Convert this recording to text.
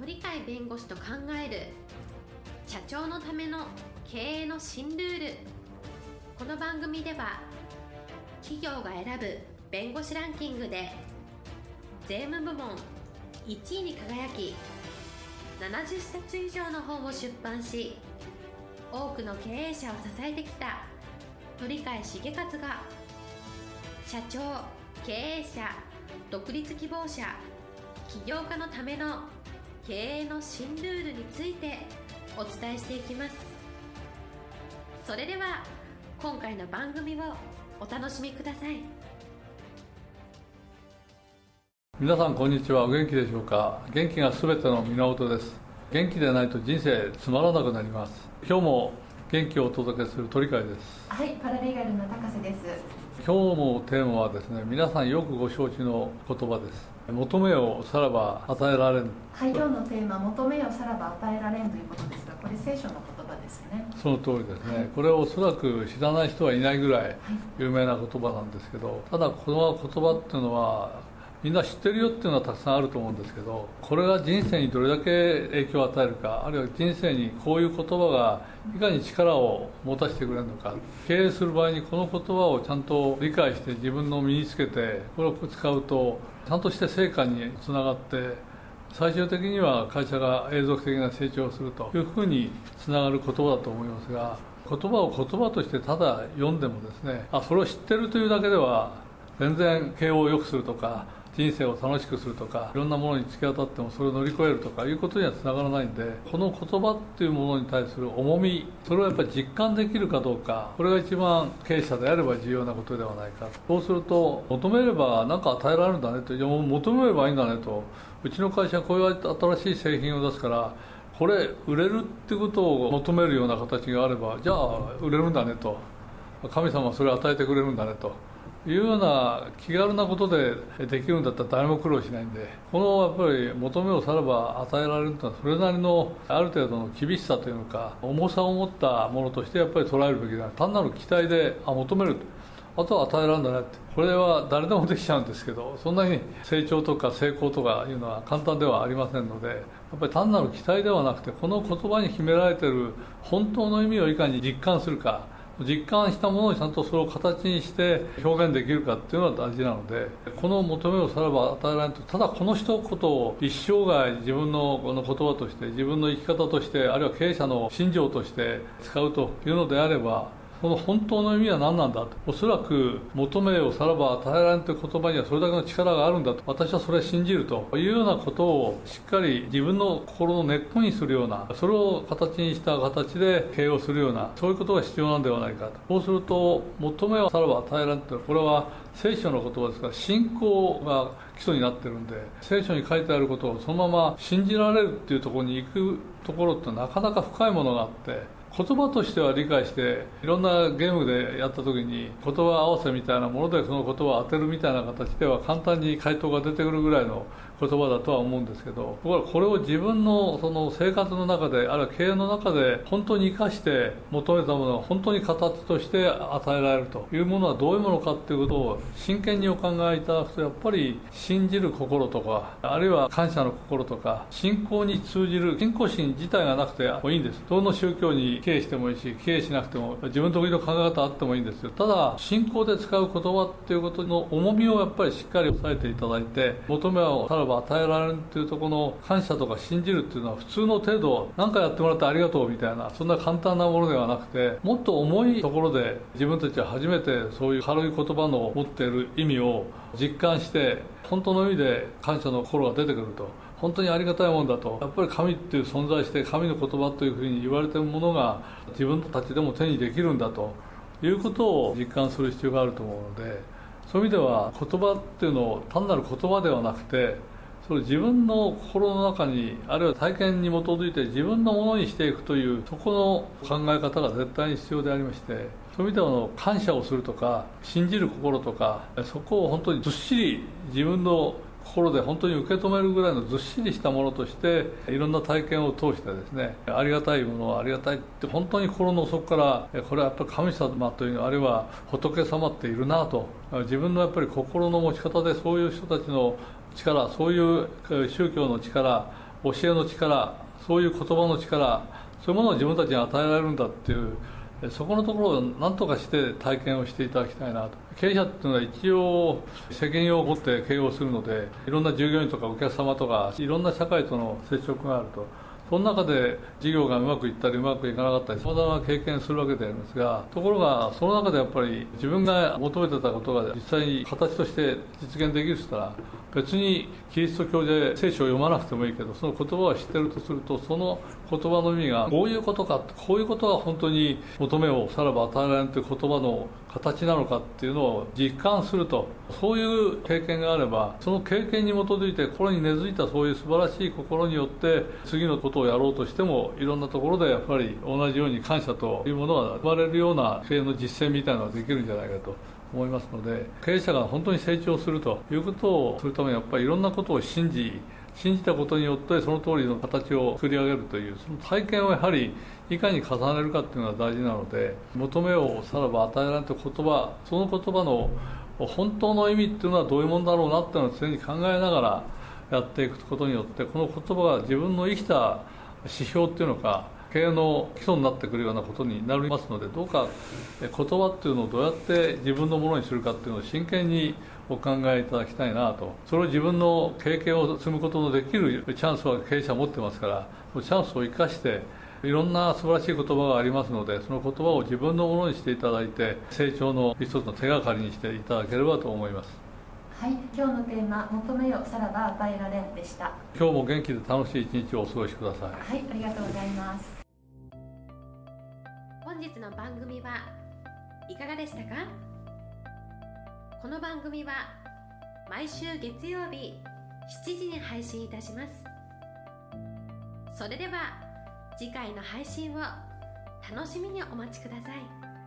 鳥飼弁護士と考える社長のための経営の新ルール。この番組では企業が選ぶ弁護士ランキングで税務部門1位に輝き、70冊以上の本を出版し、多くの経営者を支えてきた鳥飼茂勝が、社長、経営者、独立希望者、起業家のための経営の新ルールについてお伝えしていきます。それでは今回の番組をお楽しみください。 皆さんこんにちは。お元気でしょうか。元気がすべての源です。元気でないと人生つまらなくなります。今日も元気をお届けする鳥飼です。 はい、パラリーガルの高瀬です。 今日のテーマはですね、皆さんよくご承知の言葉です。求めよさらば与えられん。 はい、今日のテーマ、求めよさらば与えられんということですが、これ聖書の言葉ですね。 その通りですね、はい、これをおそらく知らない人はいないぐらい有名な言葉なんですけど、ただこの言葉っていうのはみんな知ってるよっていうのはたくさんあると思うんですけど、これが人生にどれだけ影響を与えるか、あるいは人生にこういう言葉がいかに力を持たせてくれるのか、経営する場合にこの言葉をちゃんと理解して自分の身につけて、これを使うとちゃんとして成果につながって、最終的には会社が永続的な成長をするというふうにつながる言葉だと思いますが、言葉を言葉としてただ読んでもですね、それを知ってるというだけでは全然経営を良くするとか人生を楽しくするとか、いろんなものに突き当たってもそれを乗り越えるとかいうことにはつながらないんで、この言葉っていうものに対する重み、それをやっぱり実感できるかどうか、これが一番経営者であれば重要なことではないか。そうすると、求めれば何か与えられるんだねと、求めればいいんだねと、うちの会社はこういう新しい製品を出すからこれ売れるってことを求めるような形があれば、じゃあ売れるんだねと、神様はそれを与えてくれるんだねというような気軽なことでできるんだったら誰も苦労しないんで、このやっぱり求めをさらば与えられるというのはそれなりのある程度の厳しさというのか重さを持ったものとしてやっぱり捉えるべきだ。単なる期待で求める、あとは与えられるんだねって、これは誰でもできちゃうんですけど、そんなに成長とか成功とかいうのは簡単ではありませんので、やっぱり単なる期待ではなくて、この言葉に秘められている本当の意味をいかに実感するか、実感したものをちゃんとそれを形にして表現できるかっていうのが大事なので、この求めをさらば与えられると、ただこの一言を一生涯自分のこの言葉として、自分の生き方として、あるいは経営者の信条として使うというのであれば、この本当の意味は何なんだと、おそらく求めをさらば与えられるという言葉にはそれだけの力があるんだと、私はそれを信じるというようなことをしっかり自分の心の根っこにするような、それを形にした形で経営をするような、そういうことが必要なんではないかと。そうすると求めをさらば与えられるというのは、これは聖書の言葉ですから、信仰が基礎になっているんで、聖書に書いてあることをそのまま信じられるっていうところに行くところってなかなか深いものがあって、言葉としては理解して、いろんなゲームでやった時に言葉合わせみたいなものでその言葉を当てるみたいな形では簡単に回答が出てくるぐらいの言葉だとは思うんですけど、これを自分のその生活の中で、あるいは経営の中で本当に生かして求めたものが本当に形として与えられるというものはどういうものかということを真剣にお考えいただくと、やっぱり信じる心とか、あるいは感謝の心とか、信仰に通じる信仰心自体がなくてもいいんです。どの宗教に経営してもいいし、経営しなくても自分得意の考え方あってもいいんですよ。ただ信仰で使う言葉っていうことの重みをやっぱりしっかり押さえていただいて、求めをさらば与えられるっていうところの感謝とか信じるっていうのは、普通の程度何かやってもらってありがとうみたいな、そんな簡単なものではなくて、もっと重いところで自分たちは初めてそういう軽い言葉の持っている意味を実感して、本当の意味で感謝の心が出てくると、本当にありがたいもんだと、やっぱり神っていう存在して、神の言葉というふうに言われているものが自分たちでも手にできるんだということを実感する必要があると思うので、そういう意味では言葉っていうのを単なる言葉ではなくて、それ自分の心の中に、あるいは体験に基づいて自分のものにしていくという、そこの考え方が絶対に必要でありまして、そういう意味では感謝をするとか信じる心とか、そこを本当にずっしり自分の心で本当に受け止めるぐらいのずっしりしたものとして、いろんな体験を通してですね、ありがたいものはありがたいって本当に心の底から、これはやっぱり神様というの、あるいは仏様っているなと、自分のやっぱり心の持ち方でそういう人たちの力、そういう宗教の力、 教えの力、そういう言葉の力、そういうものを自分たちに与えられるんだっていう、そこのところを何とかして体験をしていただきたいなと。経営者っていうのは一応責任を持って経営をするので、いろんな従業員とかお客様とかいろんな社会との接触があると、その中で事業がうまくいったりうまくいかなかったり、さまざまな経験するわけでありますが、ところがその中でやっぱり自分が求めてたことが実際に形として実現できる人は、別にキリスト教で聖書を読まなくてもいいけど、その言葉を知ってるとすると、その言葉の意味がこういうことか、こういうことが本当に求めをさらば与えられるという言葉の形なのかっていうのを実感すると、そういう経験があれば、その経験に基づいて心に根付いたそういう素晴らしい心によって次のことをやろうとしても、いろんなところでやっぱり同じように感謝というものが生まれるような経営の実践みたいなのができるんじゃないかと思いますので、経営者が本当に成長するということをするために、やっぱりいろんなことを信じたことによってその通りの形を作り上げるという、その体験をやはりいかに重ねるかっていうのが大事なので、求めをさらば与えられた言葉、その言葉の本当の意味っていうのはどういうものだろうなっていうのを常に考えながらやっていくことによって、この言葉が自分の生きた指標っていうのか経営の基礎になってくるようなことになりますので、どうか言葉っていうのをどうやって自分のものにするかっていうのを真剣にお考えいただきたいなと。それを自分の経験を積むことのできるチャンスは経営者は持ってますから、そのチャンスを生かしていろんな素晴らしい言葉がありますので、その言葉を自分のものにしていただいて、成長の一つの手がかりにしていただければと思います。 はい、今日のテーマ「求めよさらば与えられん」でした。 今日も元気で楽しい一日をお過ごしください。 はい、ありがとうございます。 本日の番組はいかがでしたか？この番組は毎週月曜日7時に配信いたします。それでは次回の配信を楽しみにお待ちください。